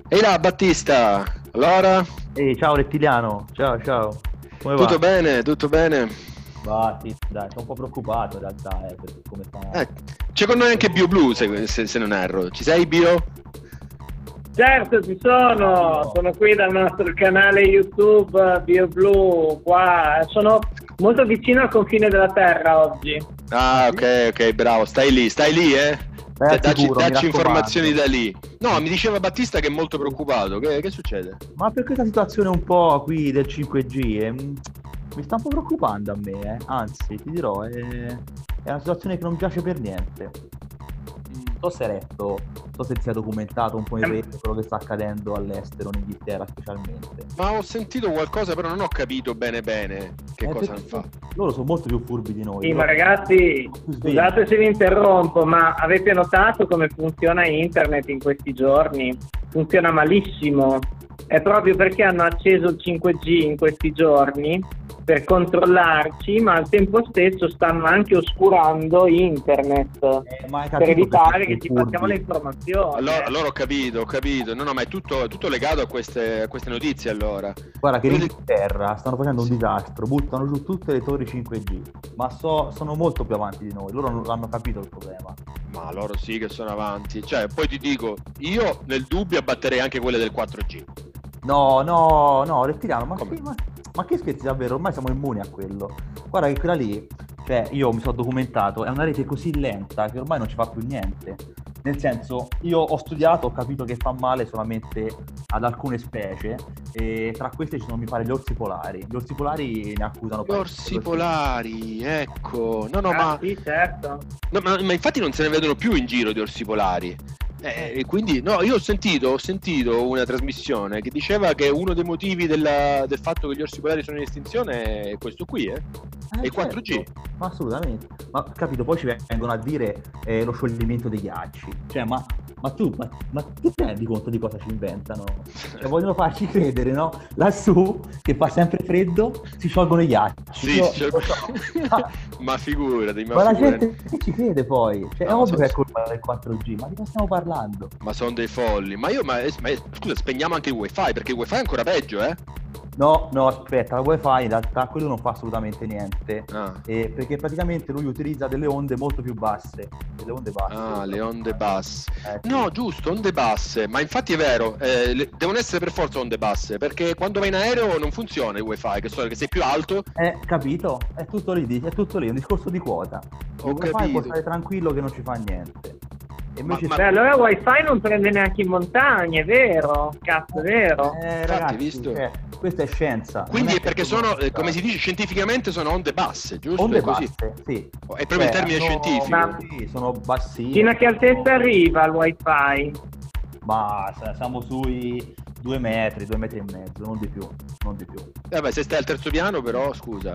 Ehi là, Battista! Allora, Ehi, ciao Rettiliano, ciao ciao, come tutto va? bene? Tutto bene? Va, sì, dai, sono un po' preoccupato in realtà, per come Eh, sta c'è con noi anche BioBlue, se non erro. Ci sei, Bio? Certo, ci sono, io. sono qui dal nostro canale YouTube BioBlue, qua sono molto vicino al confine della Terra oggi. Ah Ah, sì? ok, ok, bravo. Stai lì, eh? Stai al Dacci, sicuro, mi dacci informazioni raccomando. da lì. No, mi diceva Battista che è molto Sì. preoccupato. Che succede? Ma per questa situazione un po' qui del 5G, mi sta un po' preoccupando a me, eh. Anzi, ti dirò, è una situazione che non mi piace per niente. Non so se hai letto, non so se ti sei documentato un po' in Ehm, rete quello che sta accadendo all'estero, in Inghilterra specialmente. Ma ho sentito qualcosa, però non ho capito bene bene che cosa Perché hanno fatto. loro sono molto più furbi di noi, Sì, ma loro ragazzi, sono più svegli. scusate se vi interrompo, ma avete notato come funziona internet in questi giorni? Funziona malissimo. È proprio perché hanno acceso il 5G in questi giorni per controllarci, ma al tempo stesso stanno anche oscurando internet Ma hai per capito perché evitare che sono ci passiamo le furbi? informazioni. Allora ho capito, ho capito. No, no, ma è tutto legato a queste notizie, allora. Guarda che in Quello di- Inghilterra stanno facendo un Sì. disastro, buttano giù tutte le torri 5G, ma sono molto più avanti di noi, loro non hanno capito il problema. Ma loro sì che sono avanti. Cioè, poi ti dico, io nel dubbio abbatterei anche quelle del 4G. No, no, no, Rettiliano, ma, Come? sì, ma che scherzi davvero? Ormai siamo immuni a quello. Guarda che quella lì, cioè io mi sono documentato, è una rete così lenta che ormai non ci fa più niente. Nel senso, io ho studiato, ho capito che fa male solamente ad alcune specie e tra queste ci sono, mi pare, gli orsi polari. Gli orsi polari ne accusano Gli orsi parecchio. polari, ecco. No, no, Ah, ma, sì, certo. no, ma infatti non se ne vedono più in giro di orsi polari. E quindi, no, io ho sentito una trasmissione che diceva che uno dei motivi del fatto che gli orsi polari sono in estinzione è questo qui, è il 4G. Certo, ma assolutamente. Ma capito, poi ci vengono a dire lo scioglimento dei ghiacci. Cioè, ma tu ti rendi conto di cosa ci inventano? Cioè, vogliono farci credere, no? Lassù, che fa sempre freddo, si sciolgono i ghiacci. Sì, Io cioè- non lo so. ma figurati, Ma la gente che ci crede poi? Cioè, è No, ovvio che è colpa del 4G, ma di cosa stiamo parlando? ma sono dei folli. Scusa, spegniamo anche il wifi, perché il wifi è ancora peggio, eh? No, no, aspetta, la wifi in realtà quello non fa assolutamente niente, Ah, perché praticamente lui utilizza delle onde molto più basse, delle onde basse. le onde basse. Sì. No, giusto, onde basse, ma infatti è vero, devono essere per forza onde basse, perché quando vai in aereo non funziona il wifi, che sei più alto. Capito? È tutto lì, è tutto lì, è un discorso di quota. Il Ho wifi può capito. stare tranquillo che non ci fa niente. E invece Ma- Beh, allora il wifi non prende neanche in montagna, è vero? Cazzo, è vero? ragazzi, visto? cioè, questa è scienza. non Quindi è è che perché tu non sono, sai. come si dice scientificamente, sono onde basse, giusto? Onde È così. basse, sì. È proprio il termine scientifico. Ma Sì, sono bassine. fino a che altezza arriva il wifi? Ma siamo sui 2 metri, 2 metri e mezzo, non di più, non di più. Vabbè, se stai al terzo piano, però, scusa,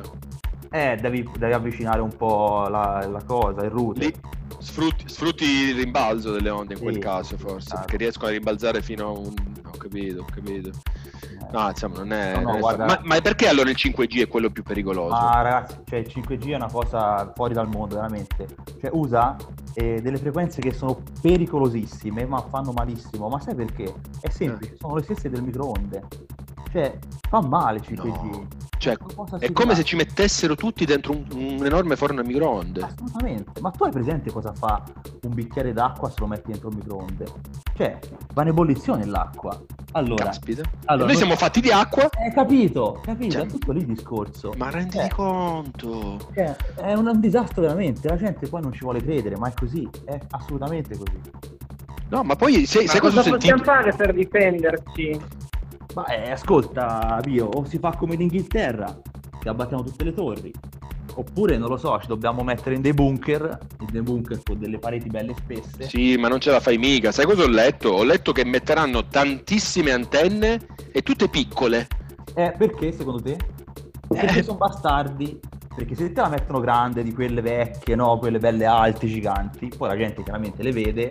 Devi avvicinare un po' la cosa, il router. lì sfrutti il rimbalzo delle onde in quel Sì, caso, sì, forse, esatto. perché riescono a rimbalzare fino a un... Ho capito, ho capito. No, insomma, non è... No, no, non è guarda. ma perché allora il 5G è quello più pericoloso? Ma ragazzi, cioè il 5G è una cosa fuori dal mondo, veramente. Cioè usa delle frequenze che sono pericolosissime, ma fanno malissimo. Ma sai perché? È semplice, sono le stesse del microonde. Cioè, fa male il 5G. No. Cioè, Ma cosa è si come fa? se ci mettessero tutti dentro un enorme forno a microonde. Assolutamente. Ma tu hai presente cosa fa un bicchiere d'acqua se lo metti dentro il microonde? Cioè, va in ebollizione l'acqua. Allora, Caspita. allora, E noi siamo fatti di acqua, capito, Cioè, è tutto lì il discorso. ma renditi conto. È un disastro veramente, la gente poi non ci vuole credere, ma è così, è assolutamente così. No, ma poi sai Ma cosa ho cosa possiamo sentito? fare per difenderci? Ma ascolta, Pio, o si fa come in Inghilterra, che abbattiamo tutte le torri, oppure, non lo so, ci dobbiamo mettere in dei bunker con delle pareti belle spesse. Sì, ma non ce la fai mica. Sai cosa ho letto? Ho letto che metteranno tantissime antenne e tutte piccole. Perché, secondo te? Perché sono bastardi. Perché se te la mettono grande, di quelle vecchie, no? Quelle belle alte, giganti, poi la gente chiaramente le vede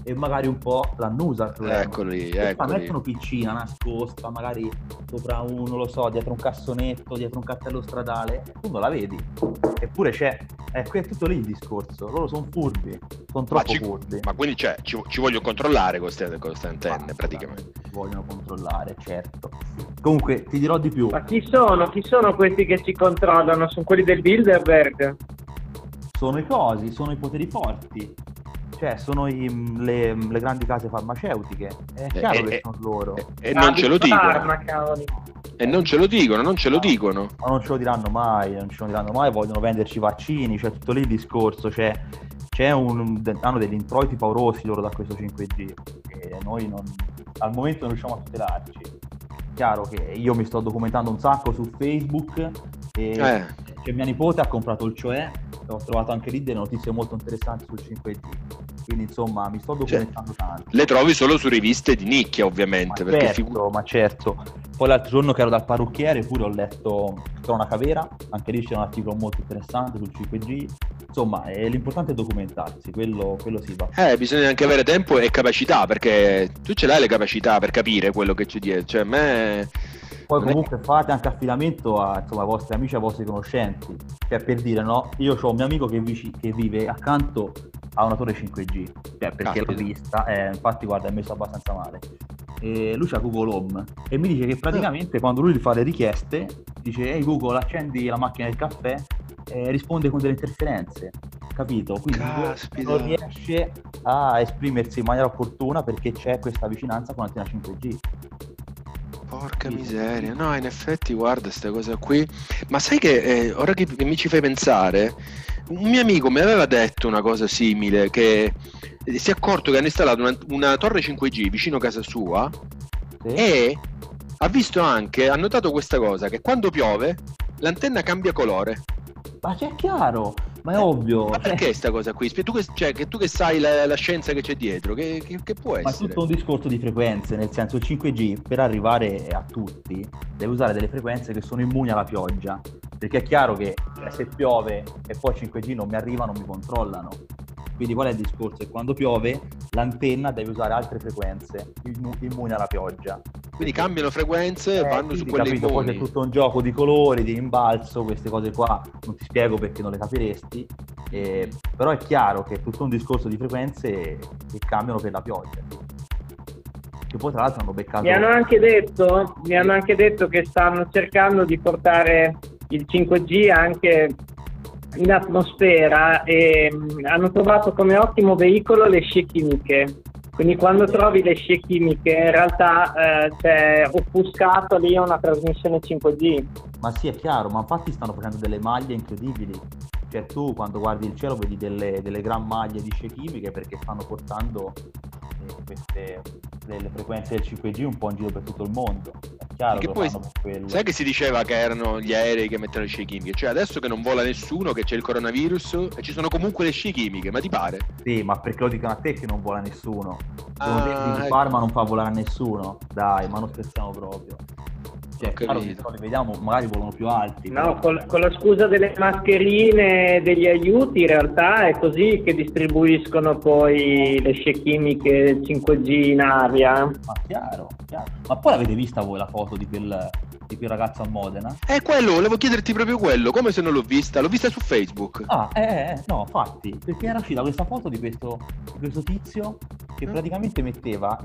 e magari un po' l'annusa il problema. Eccoli, E qua eccoli. mettono piccina, nascosta, magari sopra un, non lo so, dietro un cassonetto, dietro un cartello stradale, e tu non la vedi, eppure c'è. Qui è tutto lì il discorso, loro sono furbi, sono troppo furbi. Ma quindi ci voglio controllare con queste antenne, praticamente. Vogliono controllare, certo. Comunque, ti dirò di più. Ma chi sono questi che ci controllano? Sono quelli del Bilderberg? Sono i cosi, sono i poteri forti. Cioè, sono le grandi case farmaceutiche. È chiaro che sono loro. E non ce lo dicono. Cavoli. E non ce lo dicono, non ce lo No. dicono. Ma non ce lo diranno mai, vogliono venderci vaccini, c'è tutto lì il discorso, hanno degli introiti paurosi loro da questo 5G e noi al momento non riusciamo a tutelarci. Chiaro che io mi sto documentando un sacco su Facebook e c'è mia nipote ha comprato il Cioè, e ho trovato anche lì delle notizie molto interessanti sul 5G, quindi insomma mi sto documentando tanto. Le trovi solo su riviste di nicchia, ovviamente, Ma certo. Poi l'altro giorno che ero dal parrucchiere pure ho letto Cronaca Vera, anche lì c'è un articolo molto interessante sul 5G. Insomma, l'importante è documentarsi, quello si va. Bisogna anche avere tempo e capacità, perché tu ce l'hai le capacità per capire quello che c'è dietro. Cioè, Poi comunque fate anche affidamento ai vostri amici, ai vostri conoscenti. Cioè, per dire, no, io ho un mio amico che vive accanto a una torre 5G, cioè perché l'ho vista, infatti guarda, è messo abbastanza male. E lui c'ha Google Home e mi dice che praticamente quando lui fa le richieste dice ehi Google accendi la macchina del caffè e risponde con delle interferenze, capito? Quindi non riesce a esprimersi in maniera opportuna perché c'è questa vicinanza con l'antenna 5G. Porca miseria, no, in effetti guarda questa cosa qui, ma sai che ora che mi ci fai pensare, un mio amico mi aveva detto una cosa simile, che si è accorto che hanno installato una torre 5G vicino a casa sua, sì, e ha notato questa cosa, che quando piove l'antenna cambia colore. Ma c'è chiaro, ma è ovvio. Ma perché sta cosa qui? Tu che sai la scienza che c'è dietro, che può essere? Ma è tutto un discorso di frequenze, nel senso il 5G per arrivare a tutti deve usare delle frequenze che sono immuni alla pioggia, perché è chiaro che se piove e poi 5G non mi arriva, non mi controllano. Quindi qual è il discorso? Che quando piove l'antenna deve usare altre frequenze immuni alla pioggia. Quindi cambiano frequenze e vanno su quelle immuni. Poi c'è tutto un gioco di colori, di imbalzo, queste cose qua non ti spiego perché non le capiresti, però è chiaro che è tutto un discorso di frequenze che cambiano per la pioggia. Che poi tra l'altro hanno beccato... Mi hanno anche detto che stanno cercando di portare il 5G anche in atmosfera e hanno trovato come ottimo veicolo le scie chimiche. Quindi quando trovi le scie chimiche in realtà c'è offuscato lì una trasmissione 5G. Ma sì, è chiaro, ma infatti stanno facendo delle maglie incredibili. Cioè tu quando guardi il cielo vedi delle gran maglie di scie chimiche perché stanno portando delle frequenze del 5G un po' in giro per tutto il mondo. È chiaro che poi, per quello. Sai che si diceva che erano gli aerei che mettono le scie chimiche? Cioè adesso che non vola nessuno, che c'è il coronavirus e ci sono comunque le scie chimiche, ma ti pare? Sì, ma perché lo dicono a te che non vola nessuno? Il Parma non fa volare a nessuno. Dai, ma non scherziamo proprio. Cioè, chiaro che li vediamo, magari volano più alti. No, con la scusa delle mascherine, degli aiuti, in realtà è così che distribuiscono poi le scie chimiche 5G in aria. Ma chiaro. Ma poi l'avete vista voi la foto di quel ragazzo a Modena? Quello, volevo chiederti proprio quello, come se non l'ho vista su Facebook. No, infatti, perché era uscita questa foto di questo tizio che praticamente metteva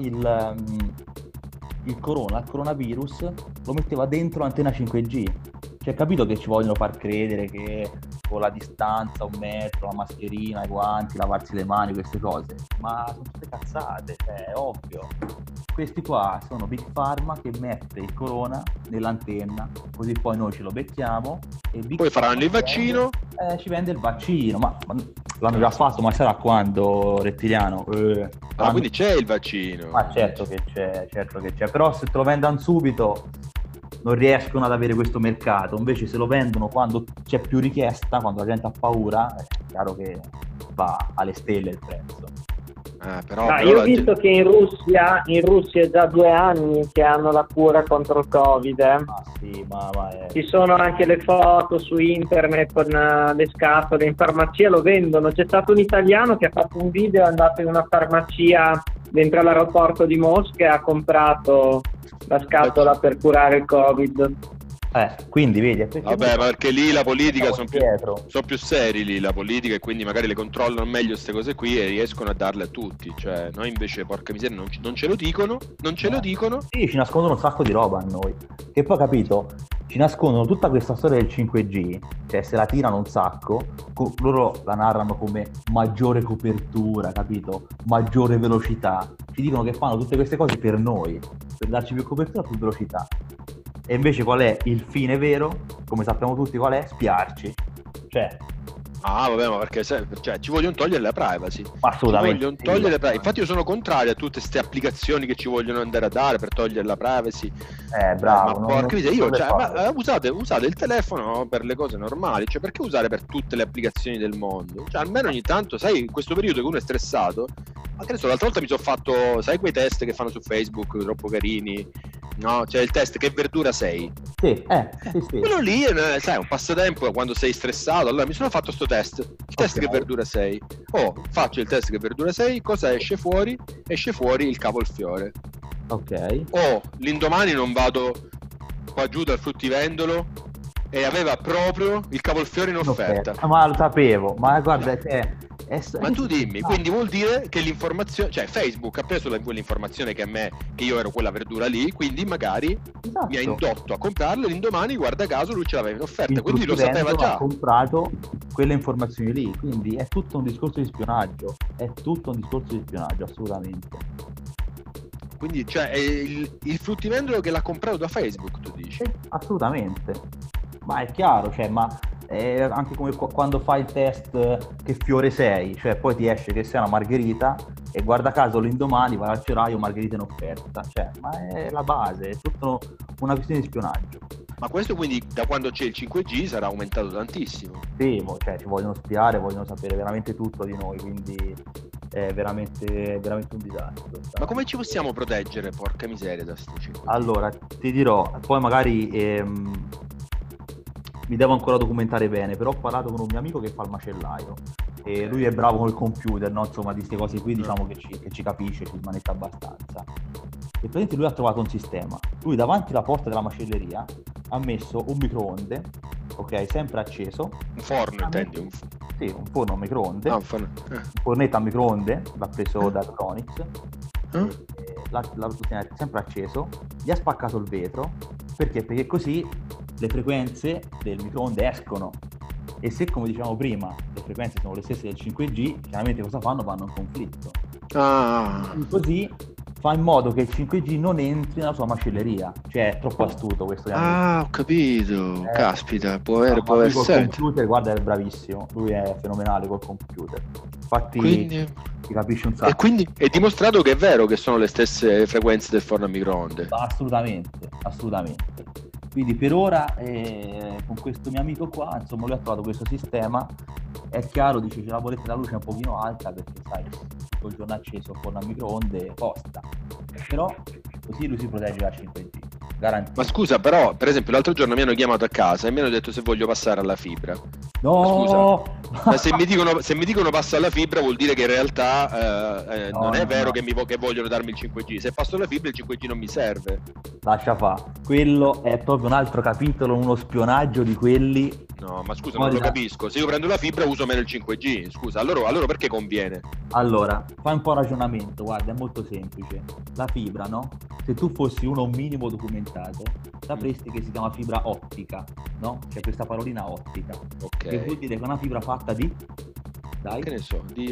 il coronavirus, lo metteva dentro l'antenna 5G. Cioè, capito che ci vogliono far credere che con la distanza, 1 metro, la mascherina, i guanti, lavarsi le mani, queste cose, ma sono tutte cazzate, cioè, è ovvio. Questi qua sono Big Pharma che mette il corona nell'antenna, così poi noi ce lo becchiamo e poi faranno il vaccino, ci vende il vaccino, ma l'hanno già fatto, ma sarà quando, Rettiliano? Quindi c'è il vaccino. Ma certo che c'è, però se te lo vendono subito non riescono ad avere questo mercato, invece se lo vendono quando c'è più richiesta, quando la gente ha paura, è chiaro che va alle stelle il prezzo. Io ho visto che in Russia è già 2 anni che hanno la cura contro il Covid. Sì, ci sono anche le foto su internet con le scatole in farmacia, lo vendono. C'è stato un italiano che ha fatto un video, è andato in una farmacia dentro all'aeroporto di Mosca e ha comprato la scatola per curare il Covid. Quindi vedi, vabbè, ma perché lì la politica sono più seri lì la politica, e quindi magari le controllano meglio queste cose qui e riescono a darle a tutti. Cioè, noi invece, porca miseria, non ce lo dicono. Sì, ci nascondono un sacco di roba a noi. Che poi, capito, ci nascondono tutta questa storia del 5G, cioè se la tirano un sacco, loro la narrano come maggiore copertura, capito? Maggiore velocità. Ci dicono che fanno tutte queste cose per noi, per darci più copertura, più velocità. E invece qual è il fine vero? Come sappiamo tutti qual è? Spiarci. Cioè... vabbè, ma perché ci vogliono togliere la privacy. Assolutamente. Infatti io sono contrario a tutte queste applicazioni che ci vogliono andare a dare per togliere la privacy. Bravo. Ma porca miseria, usate il telefono per le cose normali, cioè perché usare per tutte le applicazioni del mondo? Cioè almeno ogni tanto, sai, in questo periodo che uno è stressato, ma che ne so, l'altra volta mi sono fatto, sai, quei test che fanno su Facebook, troppo carini, no? C'è il test che verdura sei. Sì. Quello lì, sai, un passatempo quando sei stressato. Allora mi sono fatto sto test, il test che verdura sei. Faccio il test che verdura sei, cosa esce fuori? Esce fuori il cavolfiore. Ok. L'indomani non vado qua giù dal fruttivendolo e aveva proprio il cavolfiore in offerta. Ma lo sapevo, ma guarda, ma tu dimmi, quindi vuol dire che l'informazione, cioè Facebook ha preso quell'informazione che io ero quella verdura lì, quindi magari mi ha indotto a comprarlo, e l'indomani, guarda caso, lui ce l'aveva in offerta, quindi lo sapeva già. Ha comprato quelle informazioni lì, quindi è tutto un discorso di spionaggio, assolutamente. Quindi, cioè, è il fruttivendolo che l'ha comprato da Facebook, tu dici? Assolutamente. Ma è chiaro, cioè, è anche come quando fai il test che fiore sei, cioè poi ti esce che sei una margherita e guarda caso l'indomani vai al ceraio margherita in offerta, cioè, ma è la base, è tutto una questione di spionaggio. Ma questo quindi da quando c'è il 5G sarà aumentato tantissimo. Sì, cioè ci vogliono spiare, vogliono sapere veramente tutto di noi, quindi è veramente un disastro. Ma come ci possiamo proteggere, porca miseria, da sto 5G? Allora, ti dirò, poi magari mi devo ancora documentare bene, però ho parlato con un mio amico che fa il macellaio e lui è bravo col computer, no? Insomma, di queste cose qui diciamo che ci capisce, ci smanetta abbastanza. E praticamente lui ha trovato un sistema. Lui davanti alla porta della macelleria ha messo un microonde, ok, sempre acceso. Un forno, intendi? Sì, un forno a microonde. Un fornetto a microonde, l'ha preso da Tronix. L'ha sempre acceso, gli ha spaccato il vetro. Perché così le frequenze del microonde escono, e se, come dicevamo prima, le frequenze sono le stesse del 5G, chiaramente cosa fanno? Vanno in conflitto. Così fa in modo che il 5G non entri nella sua macelleria, cioè è troppo astuto questo. Ho capito, caspita, può essere. Col computer, guarda, è bravissimo, lui è fenomenale col computer, infatti si capisce un sacco. E quindi è dimostrato che è vero che sono le stesse frequenze del forno a microonde? Assolutamente. Quindi per ora con questo mio amico qua, insomma, lui ha trovato questo sistema. È chiaro, dice, c'è la bolletta della luce un pochino alta perché sai, col giorno acceso il forno a microonde costa, però così lui si protegge dal 5G, garantito. Ma scusa, però, per esempio, l'altro giorno mi hanno chiamato a casa e mi hanno detto se voglio passare alla fibra. No! Ma se mi dicono passa alla fibra vuol dire che in realtà non è vero che vogliono darmi il 5G. Se passo alla fibra il 5G non mi serve. Lascia fa. Quello è proprio un altro capitolo, uno spionaggio di quelli. No, ma scusa, non lo capisco. Se io prendo la fibra uso meno il 5G. Scusa, allora perché conviene? Allora, fai un po' ragionamento, guarda, è molto semplice. La fibra, no? Se tu fossi uno un minimo documentato, sapresti che si chiama fibra ottica, no? C'è questa parolina ottica. Ok. Che vuol dire che è una fibra fatta di... Dai. Che ne so, di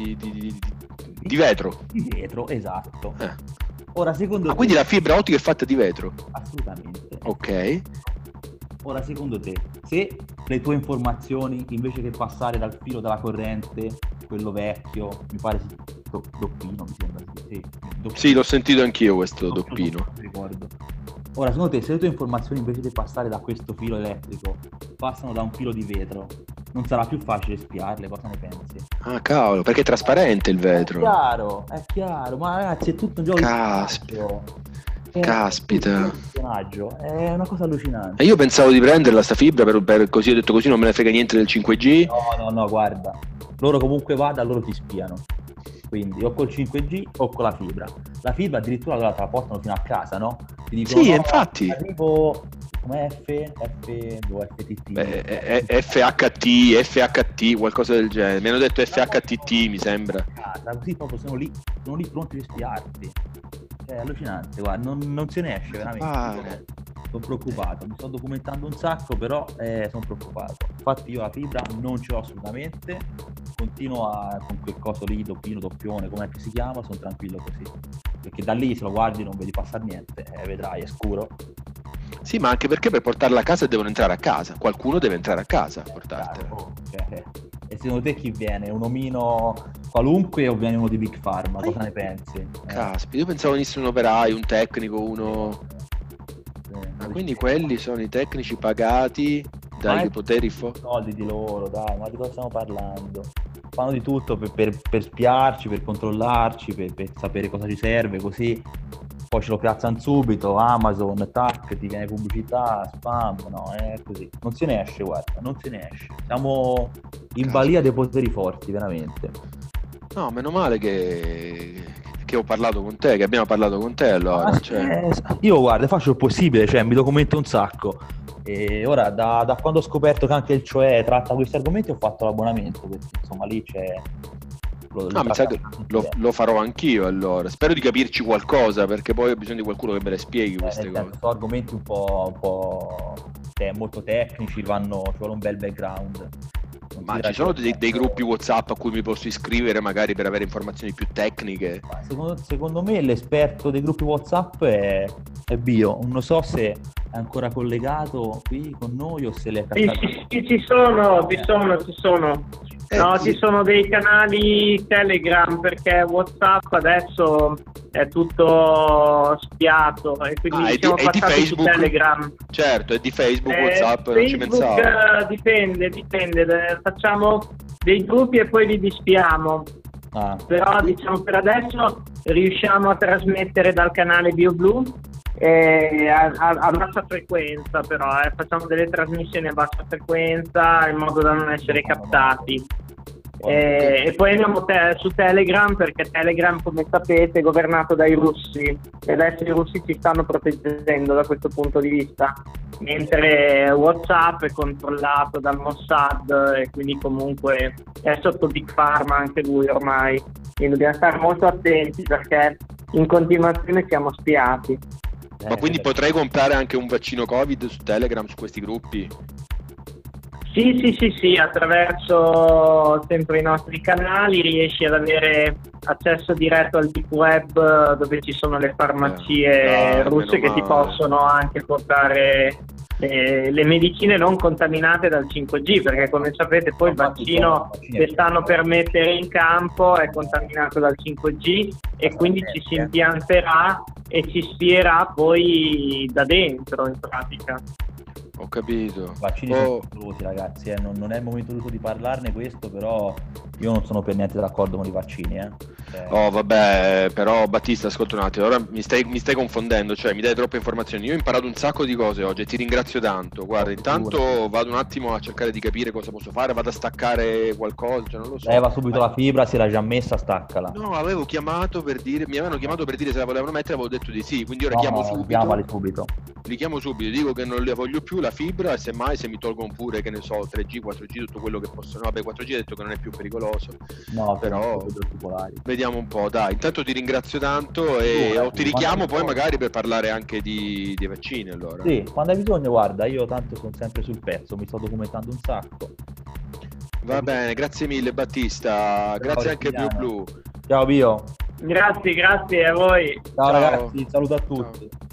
vetro. Di vetro, esatto. Ora, secondo te... quindi la fibra ottica è fatta di vetro? Assolutamente. Ok. Ora, secondo te, se le tue informazioni, invece che passare dal filo della corrente, quello vecchio, mi pare doppino, mi sembra. Sì, l'ho sentito anch'io questo doppino. Non ricordo. Ora, secondo te, se le tue informazioni, invece di passare da questo filo elettrico, passano da un filo di vetro, non sarà più facile spiarle, cosa ne pensi? Ah, cavolo, perché è trasparente il vetro. È chiaro, ma ragazzi è tutto un gioco Caspita. di Caspita. personaggio, è una cosa allucinante. E io pensavo di prenderla sta fibra per così, ho detto così non me ne frega niente del 5G. No, guarda, loro comunque loro ti spiano, quindi o col 5G o con la fibra. La fibra addirittura allora te la portano fino a casa, no? Ti dicono, Sì, no, infatti. arrivo come FTT. FHT, qualcosa del genere. Mi hanno detto FHTT, mi sembra. Così proprio sono lì pronti per spiarti. È allucinante, guarda, non se ne esce veramente. Sono preoccupato, mi sto documentando un sacco, però sono preoccupato. Infatti io la fibra non ce l'ho assolutamente, continuo con quel coso lì, doppione, com'è che si chiama, sono tranquillo così. Perché da lì se lo guardi non vedi passare niente, vedrai, è scuro. Sì, ma anche perché per portarla a casa devono entrare a casa. Qualcuno deve entrare a casa a portartela. E secondo te chi viene? Un omino qualunque o viene uno di Big Pharma? Cosa ne pensi? Caspita, io pensavo venisse un operaio, un tecnico, uno... quindi quelli sono i tecnici pagati dai poteri soldi di loro, dai, ma di cosa stiamo parlando? Fanno di tutto per spiarci, per controllarci, per sapere cosa ci serve, così poi ce lo piazzano subito, Amazon, tac, ti viene pubblicità, spam, no, è così. Non se ne esce, guarda, non se ne esce. Siamo in balia dei poteri forti, veramente. No, meno male che ho parlato con te, che abbiamo parlato con te allora. Io guarda, faccio il possibile, cioè mi documento un sacco. E ora da quando ho scoperto che anche il Cioè tratta questi argomenti ho fatto l'abbonamento, perché insomma lì c'è... mi sa che lo farò anch'io allora. Spero di capirci qualcosa, perché poi ho bisogno di qualcuno che me le spieghi queste cose. Sono argomenti un po' molto tecnici, ci vuole un bel background. Ma ci sono dei gruppi WhatsApp a cui mi posso iscrivere magari per avere informazioni più tecniche? Secondo me l'esperto dei gruppi WhatsApp è Bio. Non so se è ancora collegato qui con noi o se l'è attaccato. Sì, ci sono. No, ci sono dei canali Telegram, perché WhatsApp adesso è tutto spiato e quindi siamo passati su Telegram. Certo, è di Facebook, WhatsApp, non ci pensavo. Dipende, facciamo dei gruppi e poi li dispiamo. Però diciamo per adesso riusciamo a trasmettere dal canale BioBlue a bassa frequenza, però facciamo delle trasmissioni a bassa frequenza in modo da non essere captati. E poi andiamo su Telegram, perché Telegram, come sapete, è governato dai russi e adesso i russi ci stanno proteggendo da questo punto di vista, mentre WhatsApp è controllato dal Mossad e quindi comunque è sotto Big Pharma anche lui ormai, quindi dobbiamo stare molto attenti perché in continuazione siamo spiati. Ma quindi potrei comprare anche un vaccino Covid su Telegram, su questi gruppi? Sì, attraverso sempre i nostri canali riesci ad avere accesso diretto al deep web, dove ci sono le farmacie russe che ti possono anche portare le medicine non contaminate dal 5G, perché come sapete poi il vaccino che stanno per mettere in campo è contaminato dal 5G e quindi ci si impianterà e ci spierà poi da dentro in pratica. Ho capito. I vaccini sono pericolosi, ragazzi, non è il momento giusto di parlarne questo, però io non sono per niente d'accordo con i vaccini, Oh vabbè, però Battista, ascolta un attimo, ora mi stai confondendo, cioè mi dai troppe informazioni. Io ho imparato un sacco di cose oggi e ti ringrazio tanto. Guarda, intanto vado un attimo a cercare di capire cosa posso fare, vado a staccare qualcosa, cioè non lo so. Leva subito la fibra, si era già messa, staccala. No, avevo chiamato per dire, mi avevano chiamato per dire se la volevano mettere, avevo detto di sì, quindi ora chiamo subito. Li chiamo subito, dico che non le voglio più la fibra e semmai se mi tolgono pure, che ne so, 3G, 4G, tutto quello che possono. Vabbè, 4G ha detto che non è più pericoloso. No, però vediamo un po', dai. Intanto ti ringrazio tanto e ti richiamo poi magari per parlare anche di vaccini allora. Sì, quando hai bisogno, guarda, io tanto sono sempre sul pezzo, mi sto documentando un sacco. Va bene, grazie mille Battista, grazie anche a BioBlue. Ciao Bio. Grazie a voi. Ciao ragazzi, saluto a tutti. Ciao.